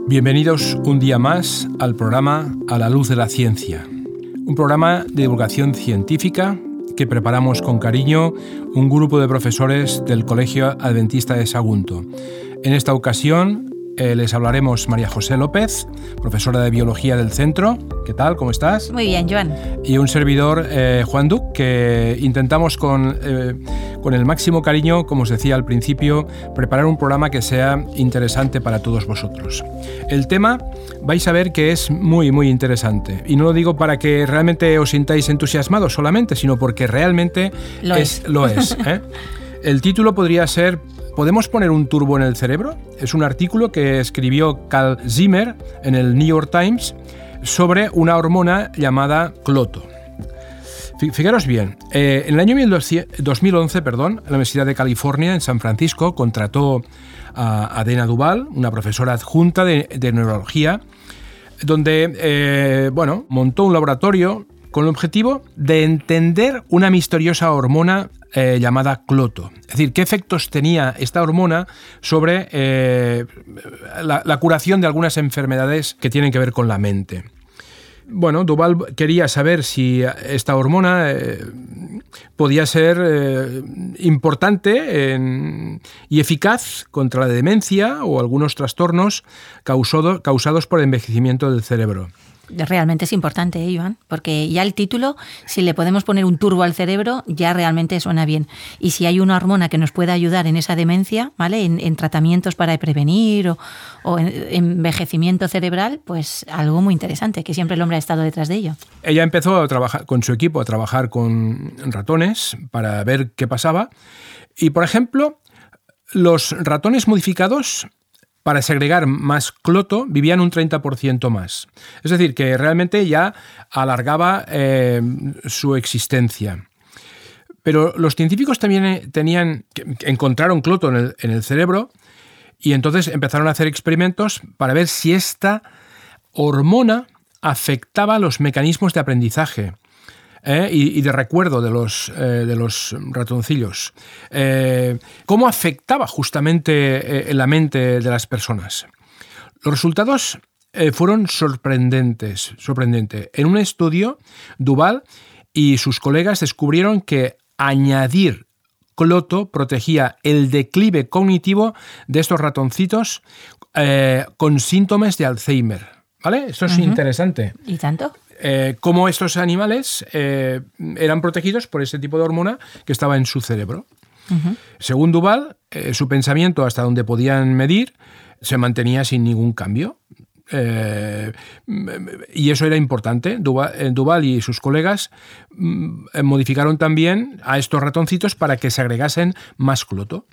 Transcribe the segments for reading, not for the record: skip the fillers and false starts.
Bienvenidos un día más al programa A la Luz de la Ciencia, un programa de divulgación científica que preparamos con cariño un grupo de profesores del Colegio Adventista de Sagunto. En esta ocasión les hablaremos María José López, profesora de Biología del Centro. ¿Qué tal? ¿Cómo estás? Muy bien, Joan. Y un servidor, Juan Duc, que intentamos con el máximo cariño, como os decía al principio, preparar un programa que sea interesante para todos vosotros. El tema vais a ver que es muy, muy interesante. Y no lo digo para que realmente os sintáis entusiasmados solamente, sino porque realmente lo es. El título podría ser ¿Podemos poner un turbo en el cerebro? Es un artículo que escribió Carl Zimmer en el New York Times sobre una hormona llamada cloto. Fijaros bien, en el año 2011, la Universidad de California en San Francisco contrató a Dena Duval, una profesora adjunta de neurología, donde montó un laboratorio con el objetivo de entender una misteriosa hormona llamada cloto. Es decir, qué efectos tenía esta hormona sobre la curación de algunas enfermedades que tienen que ver con la mente. Bueno, Duval quería saber si esta hormona podía ser importante y eficaz contra la demencia o algunos trastornos causados por el envejecimiento del cerebro. Realmente es importante, Joan, porque ya el título, si le podemos poner un turbo al cerebro, ya realmente suena bien. Y si hay una hormona que nos pueda ayudar en esa demencia, ¿vale? En tratamientos para prevenir o en envejecimiento cerebral, pues algo muy interesante, que siempre el hombre ha estado detrás de ello. Ella empezó a trabajar con su equipo, a trabajar con ratones para ver qué pasaba. Y, por ejemplo, los ratones modificados, para segregar más cloto, vivían un 30% más. Es decir, que realmente ya alargaba su existencia. Pero los científicos también encontraron cloto en el cerebro y entonces empezaron a hacer experimentos para ver si esta hormona afectaba los mecanismos de aprendizaje y de recuerdo de los ratoncillos. ¿Cómo afectaba justamente en la mente de las personas? Los resultados fueron sorprendentes. En un estudio, Duval y sus colegas descubrieron que añadir cloto protegía el declive cognitivo de estos ratoncitos con síntomas de Alzheimer. ¿Vale? Esto es interesante. ¿Y tanto? Cómo estos animales eran protegidos por ese tipo de hormona que estaba en su cerebro. Según Duval, su pensamiento, hasta donde podían medir, se mantenía sin ningún cambio. Y eso era importante. Duval y sus colegas modificaron también a estos ratoncitos para que se agregasen más cloto.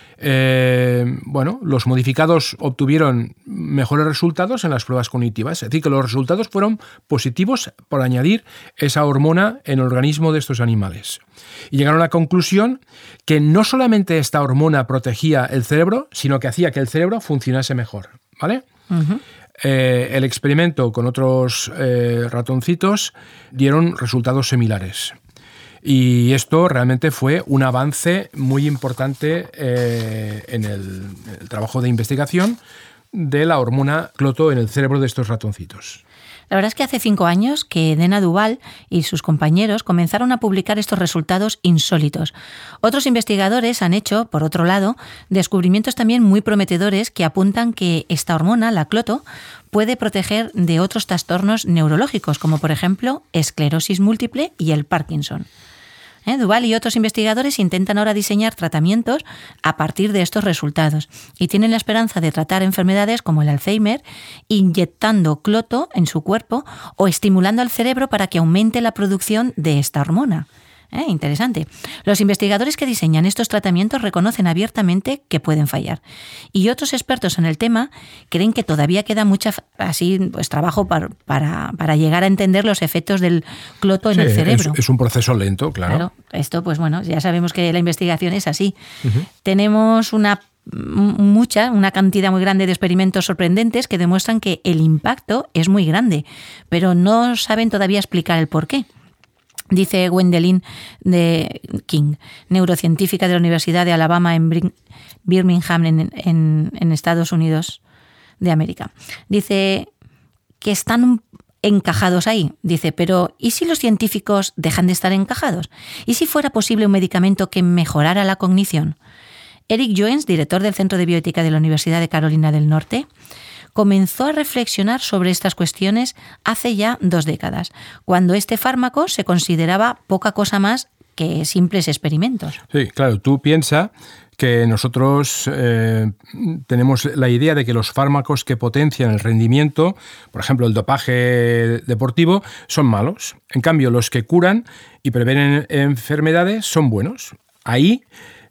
Los modificados obtuvieron mejores resultados en las pruebas cognitivas, es decir, que los resultados fueron positivos por añadir esa hormona en el organismo de estos animales. Y llegaron a la conclusión que no solamente esta hormona protegía el cerebro, sino que hacía que el cerebro funcionase mejor, ¿vale? El experimento con otros ratoncitos dieron resultados similares. Y esto realmente fue un avance muy importante en el trabajo de investigación de la hormona cloto en el cerebro de estos ratoncitos. La verdad es que hace 5 años que Dena Duval y sus compañeros comenzaron a publicar estos resultados insólitos. Otros investigadores han hecho, por otro lado, descubrimientos también muy prometedores que apuntan que esta hormona, la cloto, puede proteger de otros trastornos neurológicos, como por ejemplo esclerosis múltiple y el Parkinson. Duval y otros investigadores intentan ahora diseñar tratamientos a partir de estos resultados y tienen la esperanza de tratar enfermedades como el Alzheimer inyectando cloto en su cuerpo o estimulando al cerebro para que aumente la producción de esta hormona. Interesante. Los investigadores que diseñan estos tratamientos reconocen abiertamente que pueden fallar. Y otros expertos en el tema creen que todavía queda mucho trabajo para llegar a entender los efectos del cloto en el cerebro. Es un proceso lento, claro. Esto, ya sabemos que la investigación es así. Tenemos una cantidad muy grande de experimentos sorprendentes que demuestran que el impacto es muy grande, pero no saben todavía explicar el porqué. Dice Gwendolyn de King, neurocientífica de la Universidad de Alabama en Birmingham, en Estados Unidos, de América. Dice que están encajados ahí. Dice, pero ¿y si los científicos dejan de estar encajados? ¿Y si fuera posible un medicamento que mejorara la cognición? Eric Jones, director del Centro de Bioética de la Universidad de Carolina del Norte, comenzó a reflexionar sobre estas cuestiones hace ya 2 décadas, cuando este fármaco se consideraba poca cosa más que simples experimentos. Sí, claro, tú piensas que nosotros tenemos la idea de que los fármacos que potencian el rendimiento, por ejemplo el dopaje deportivo, son malos. En cambio, los que curan y previenen enfermedades son buenos. Ahí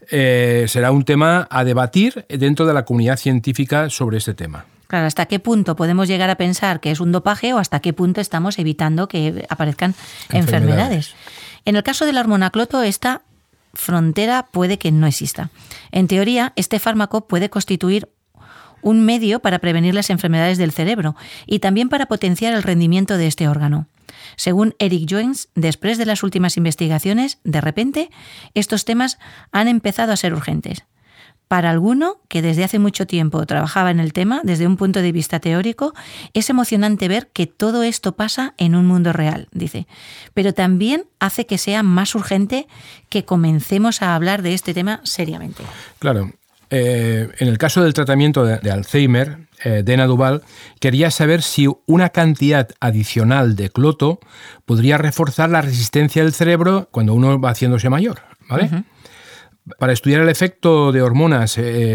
será un tema a debatir dentro de la comunidad científica sobre este tema. Claro, ¿hasta qué punto podemos llegar a pensar que es un dopaje o hasta qué punto estamos evitando que aparezcan enfermedades? En el caso de la hormona cloto, esta frontera puede que no exista. En teoría, este fármaco puede constituir un medio para prevenir las enfermedades del cerebro y también para potenciar el rendimiento de este órgano. Según Eric Jones, después de las últimas investigaciones, de repente, estos temas han empezado a ser urgentes. Para alguno que desde hace mucho tiempo trabajaba en el tema, desde un punto de vista teórico, es emocionante ver que todo esto pasa en un mundo real, dice. Pero también hace que sea más urgente que comencemos a hablar de este tema seriamente. Claro. En el caso del tratamiento de Alzheimer, Dena Duval quería saber si una cantidad adicional de cloto podría reforzar la resistencia del cerebro cuando uno va haciéndose mayor, ¿vale? Uh-huh. Para estudiar el efecto de hormonas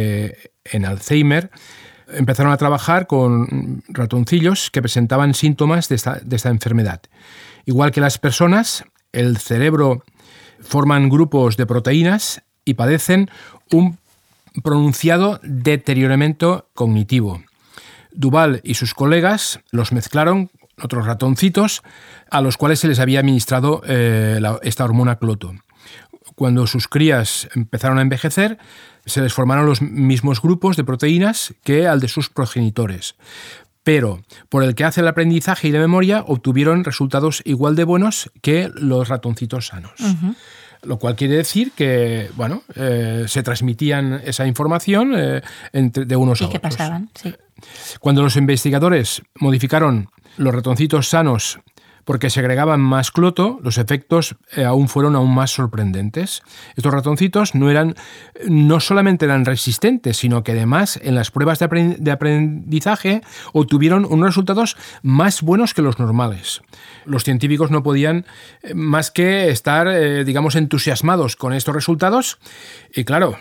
en Alzheimer, empezaron a trabajar con ratoncillos que presentaban síntomas de esta enfermedad. Igual que las personas, el cerebro forman grupos de proteínas y padecen un pronunciado deterioramiento cognitivo. Duval y sus colegas los mezclaron con otros ratoncitos a los cuales se les había administrado esta hormona cloto. Cuando sus crías empezaron a envejecer, se les formaron los mismos grupos de proteínas que al de sus progenitores. Pero por el que hace el aprendizaje y la memoria, obtuvieron resultados igual de buenos que los ratoncitos sanos. Uh-huh. Lo cual quiere decir que, bueno, se transmitían esa información de unos a otros. ¿Y qué pasaban? Sí. Cuando los investigadores modificaron los ratoncitos sanos porque segregaban más cloto, los efectos fueron aún más sorprendentes. Estos ratoncitos no solamente eran resistentes, sino que además en las pruebas de aprendizaje obtuvieron unos resultados más buenos que los normales. Los científicos no podían más que estar, entusiasmados con estos resultados y, claro,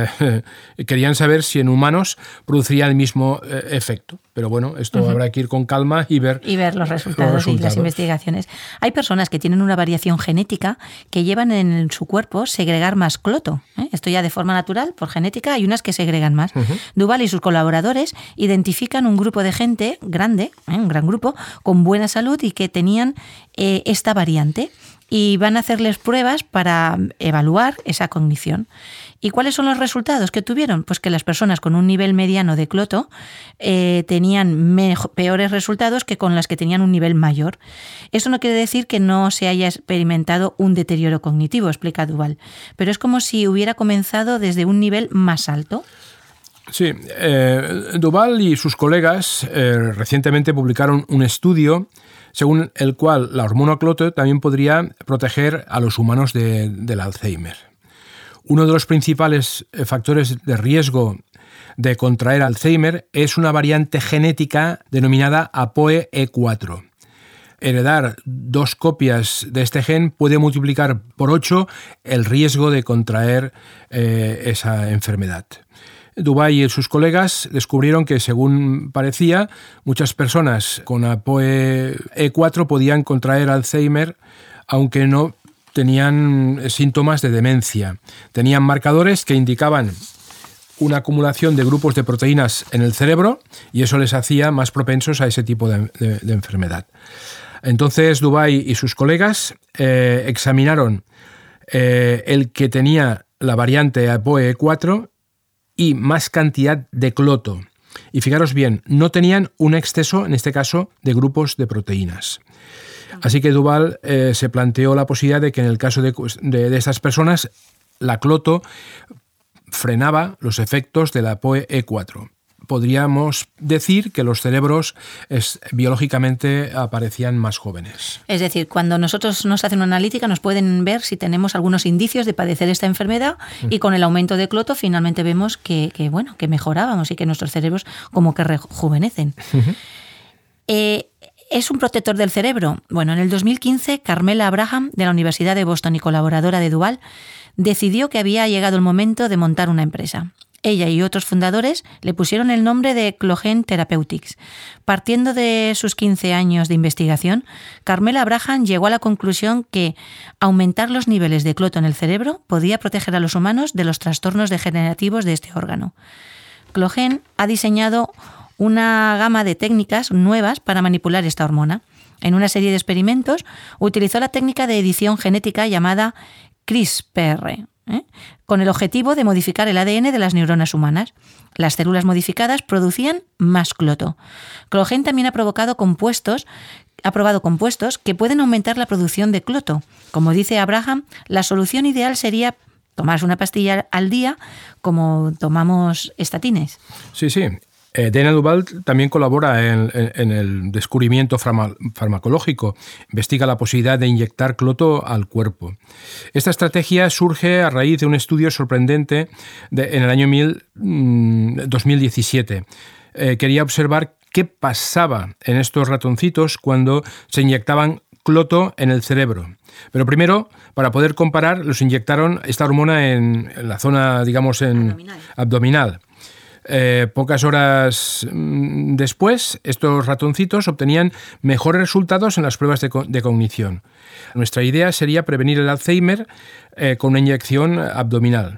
querían saber si en humanos produciría el mismo efecto. Pero bueno, esto habrá que ir con calma y ver los resultados y las investigaciones. Hay personas que tienen una variación genética que llevan en su cuerpo segregar más cloto. Esto ya de forma natural, por genética, hay unas que segregan más. Uh-huh. Duval y sus colaboradores identifican un grupo de gente grande, un gran grupo, con buena salud y que tenían esta variante. Y van a hacerles pruebas para evaluar esa cognición. ¿Y cuáles son los resultados que tuvieron? Pues que las personas con un nivel mediano de cloto tenían peores resultados que con las que tenían un nivel mayor. Eso no quiere decir que no se haya experimentado un deterioro cognitivo, explica Duval, pero es como si hubiera comenzado desde un nivel más alto. Sí, Duval y sus colegas recientemente publicaron un estudio según el cual la hormona cloto también podría proteger a los humanos del Alzheimer. Uno de los principales factores de riesgo de contraer Alzheimer es una variante genética denominada APOE4. Heredar 2 copias de este gen puede multiplicar por 8 el riesgo de contraer esa enfermedad. Duval y sus colegas descubrieron que, según parecía, muchas personas con APOE4 podían contraer Alzheimer, aunque no tenían síntomas de demencia. Tenían marcadores que indicaban una acumulación de grupos de proteínas en el cerebro y eso les hacía más propensos a ese tipo de enfermedad. Entonces, Duval y sus colegas examinaron el que tenía la variante APOE4 y más cantidad de cloto. Y fijaros bien, no tenían un exceso, en este caso, de grupos de proteínas. Así que Duval se planteó la posibilidad de que en el caso de estas personas, la cloto frenaba los efectos de la APOE4. podríamos decir que los cerebros biológicamente aparecían más jóvenes. Es decir, cuando nosotros nos hacen una analítica nos pueden ver si tenemos algunos indicios de padecer esta enfermedad y con el aumento de cloto finalmente vemos que mejorábamos y que nuestros cerebros como que rejuvenecen. ¿Es un protector del cerebro? Bueno, en el 2015, Carmela Abraham, de la Universidad de Boston y colaboradora de Duval, decidió que había llegado el momento de montar una empresa. Ella y otros fundadores le pusieron el nombre de Clogen Therapeutics. Partiendo de sus 15 años de investigación, Carmela Abraham llegó a la conclusión que aumentar los niveles de cloto en el cerebro podía proteger a los humanos de los trastornos degenerativos de este órgano. Clogen ha diseñado una gama de técnicas nuevas para manipular esta hormona. En una serie de experimentos utilizó la técnica de edición genética llamada CRISPR, con el objetivo de modificar el ADN de las neuronas humanas. Las células modificadas producían más cloto. Clogen también ha probado compuestos que pueden aumentar la producción de cloto. Como dice Abraham, la solución ideal sería tomarse una pastilla al día como tomamos estatines. Sí. Dana Duval también colabora en el descubrimiento farmacológico. Investiga la posibilidad de inyectar cloto al cuerpo. Esta estrategia surge a raíz de un estudio sorprendente en el año 2017. Quería observar qué pasaba en estos ratoncitos cuando se inyectaban cloto en el cerebro. Pero primero, para poder comparar, los inyectaron esta hormona en la zona, digamos, abdominal. Pocas horas después, estos ratoncitos obtenían mejores resultados en las pruebas de cognición. Nuestra idea sería prevenir el Alzheimer con una inyección abdominal.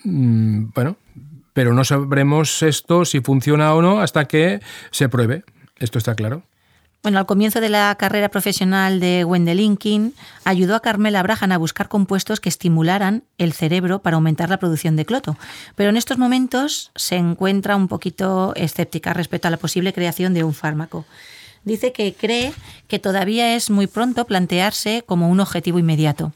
Pero no sabremos esto si funciona o no hasta que se pruebe. Esto está claro. Bueno, al comienzo de la carrera profesional de Gwendolyn King, ayudó a Carmela Abraham a buscar compuestos que estimularan el cerebro para aumentar la producción de cloto. Pero en estos momentos se encuentra un poquito escéptica respecto a la posible creación de un fármaco. Dice que cree que todavía es muy pronto plantearse como un objetivo inmediato.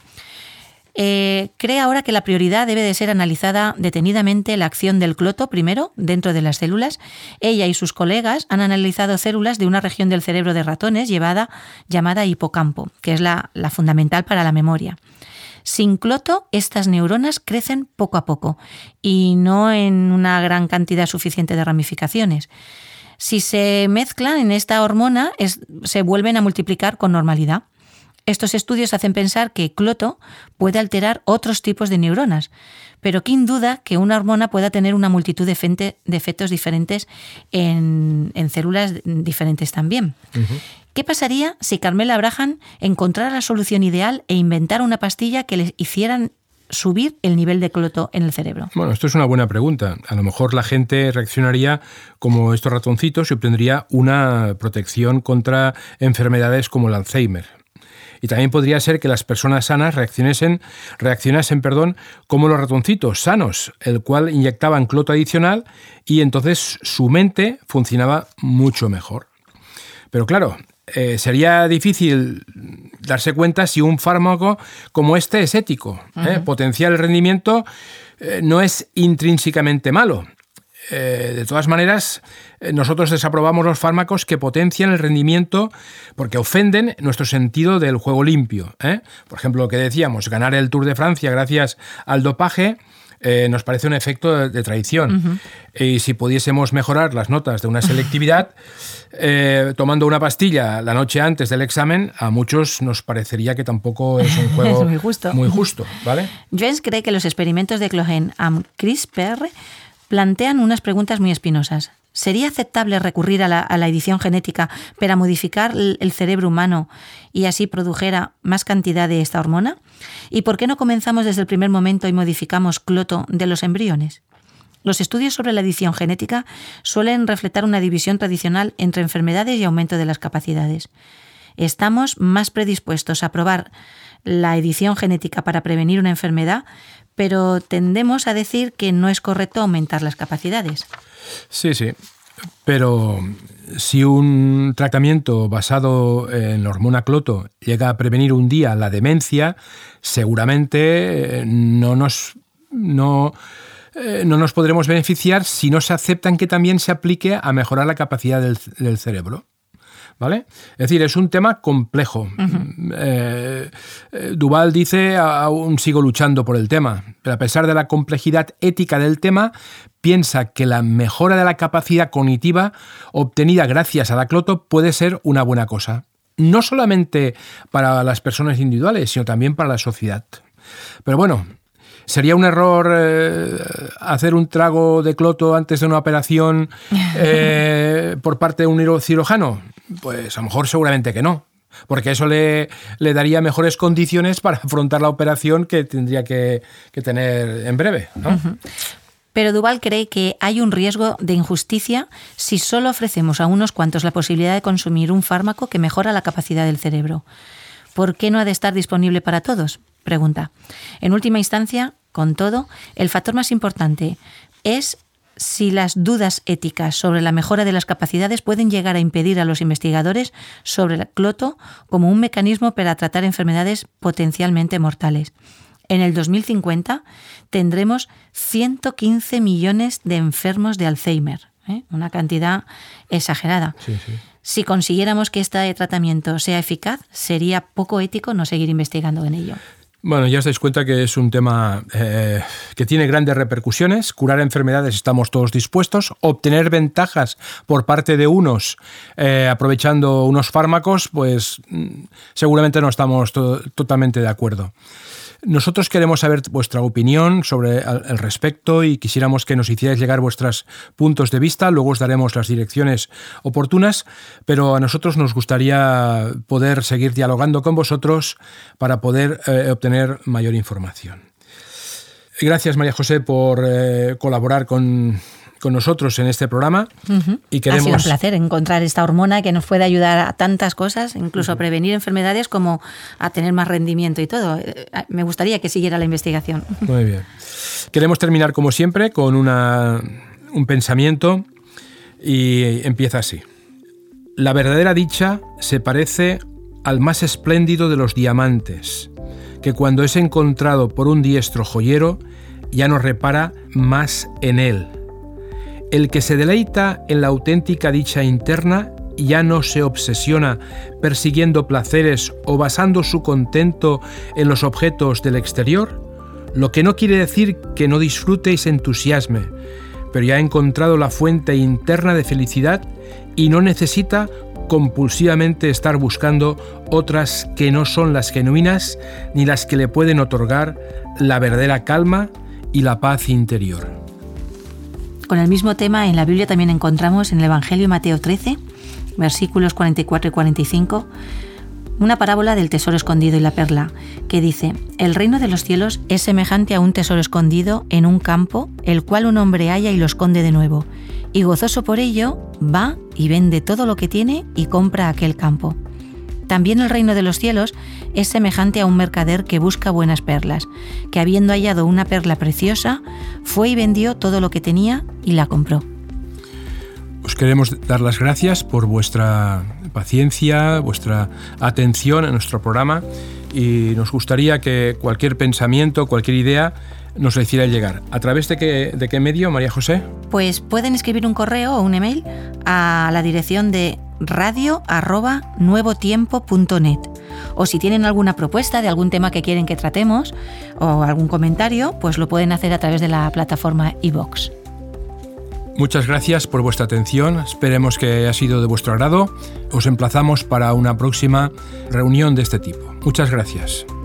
Cree ahora que la prioridad debe de ser analizada detenidamente la acción del cloto primero dentro de las células. Ella y sus colegas han analizado células de una región del cerebro de ratones llamada hipocampo, que es la fundamental para la memoria. Sin cloto, estas neuronas crecen poco a poco y no en una gran cantidad suficiente de ramificaciones. Si se mezclan en esta hormona, se vuelven a multiplicar con normalidad. Estos estudios hacen pensar que cloto puede alterar otros tipos de neuronas, pero King duda que una hormona pueda tener una multitud de efectos diferentes en células diferentes también. Uh-huh. ¿Qué pasaría si Carmela Abraham encontrara la solución ideal e inventara una pastilla que le hicieran subir el nivel de cloto en el cerebro? Bueno, esto es una buena pregunta. A lo mejor la gente reaccionaría como estos ratoncitos y obtendría una protección contra enfermedades como el Alzheimer. Y también podría ser que las personas sanas reaccionasen como los ratoncitos sanos, el cual inyectaban cloto adicional y entonces su mente funcionaba mucho mejor. Pero claro, sería difícil darse cuenta si un fármaco como este es ético. Uh-huh. Potenciar el rendimiento no es intrínsecamente malo. De todas maneras, nosotros desaprobamos los fármacos que potencian el rendimiento porque ofenden nuestro sentido del juego limpio. Por ejemplo, lo que decíamos, ganar el Tour de Francia gracias al dopaje nos parece un efecto de traición. Uh-huh. Y si pudiésemos mejorar las notas de una selectividad tomando una pastilla la noche antes del examen, a muchos nos parecería que tampoco es un juego muy justo, ¿vale? Jones cree que los experimentos de Clogen amb CRISPR plantean unas preguntas muy espinosas. ¿Sería aceptable recurrir a la edición genética para modificar el cerebro humano y así produjera más cantidad de esta hormona? ¿Y por qué no comenzamos desde el primer momento y modificamos cloto de los embriones? Los estudios sobre la edición genética suelen reflejar una división tradicional entre enfermedades y aumento de las capacidades. Estamos más predispuestos a probar la edición genética para prevenir una enfermedad, pero tendemos a decir que no es correcto aumentar las capacidades. Sí, pero si un tratamiento basado en la hormona cloto llega a prevenir un día la demencia, seguramente no no nos podremos beneficiar si no se aceptan que también se aplique a mejorar la capacidad del cerebro. ¿Vale? Es decir, es un tema complejo. Duval dice, aún sigo luchando por el tema, pero a pesar de la complejidad ética del tema, piensa que la mejora de la capacidad cognitiva obtenida gracias a la cloto puede ser una buena cosa. No solamente para las personas individuales, sino también para la sociedad. Pero bueno, ¿sería un error hacer un trago de cloto antes de una operación por parte de un neurocirujano? Pues a lo mejor seguramente que no, porque eso le daría mejores condiciones para afrontar la operación que tendría que tener en breve, ¿no? Uh-huh. Pero Duval cree que hay un riesgo de injusticia si solo ofrecemos a unos cuantos la posibilidad de consumir un fármaco que mejora la capacidad del cerebro. ¿Por qué no ha de estar disponible para todos?, pregunta. En última instancia, con todo, el factor más importante es si las dudas éticas sobre la mejora de las capacidades pueden llegar a impedir a los investigadores sobre el cloto como un mecanismo para tratar enfermedades potencialmente mortales. En el 2050 tendremos 115 millones de enfermos de Alzheimer, una cantidad exagerada. Sí. Si consiguiéramos que este tratamiento sea eficaz, sería poco ético no seguir investigando en ello. Bueno, ya os dais cuenta que es un tema que tiene grandes repercusiones. Curar enfermedades estamos todos dispuestos. Obtener ventajas por parte de unos aprovechando unos fármacos, pues seguramente no estamos totalmente de acuerdo. Nosotros queremos saber vuestra opinión sobre el respecto y quisiéramos que nos hicierais llegar vuestros puntos de vista. Luego os daremos las direcciones oportunas, pero a nosotros nos gustaría poder seguir dialogando con vosotros para poder obtener mayor información. Gracias, María José, por colaborar con nosotros en este programa. Uh-huh. Y queremos... Ha sido un placer encontrar esta hormona que nos puede ayudar a tantas cosas, incluso a prevenir enfermedades como a tener más rendimiento y todo. Me gustaría que siguiera la investigación. Muy bien. Queremos terminar, como siempre, con un pensamiento y empieza así. La verdadera dicha se parece al más espléndido de los diamantes, que cuando es encontrado por un diestro joyero ya no repara más en él. El que se deleita en la auténtica dicha interna ya no se obsesiona persiguiendo placeres o basando su contento en los objetos del exterior, lo que no quiere decir que no disfrute y se entusiasme, pero ya ha encontrado la fuente interna de felicidad y no necesita compulsivamente estar buscando otras que no son las genuinas ni las que le pueden otorgar la verdadera calma y la paz interior. Con el mismo tema en la Biblia también encontramos en el Evangelio de Mateo 13, versículos 44 y 45, una parábola del tesoro escondido y la perla, que dice: el reino de los cielos es semejante a un tesoro escondido en un campo, el cual un hombre halla y lo esconde de nuevo, y gozoso por ello va y vende todo lo que tiene y compra aquel campo. También el reino de los cielos es semejante a un mercader que busca buenas perlas, que habiendo hallado una perla preciosa, fue y vendió todo lo que tenía y la compró. Os queremos dar las gracias por vuestra paciencia, vuestra atención a nuestro programa y nos gustaría que cualquier pensamiento, cualquier idea nos la hiciera llegar. ¿A través de qué medio, María José? Pues pueden escribir un correo o un email a la dirección de radio@nuevotiempo.net. O si tienen alguna propuesta de algún tema que quieren que tratemos o algún comentario, pues lo pueden hacer a través de la plataforma iVoox. Muchas gracias por vuestra atención. Esperemos que haya sido de vuestro agrado. Os emplazamos para una próxima reunión de este tipo. Muchas gracias.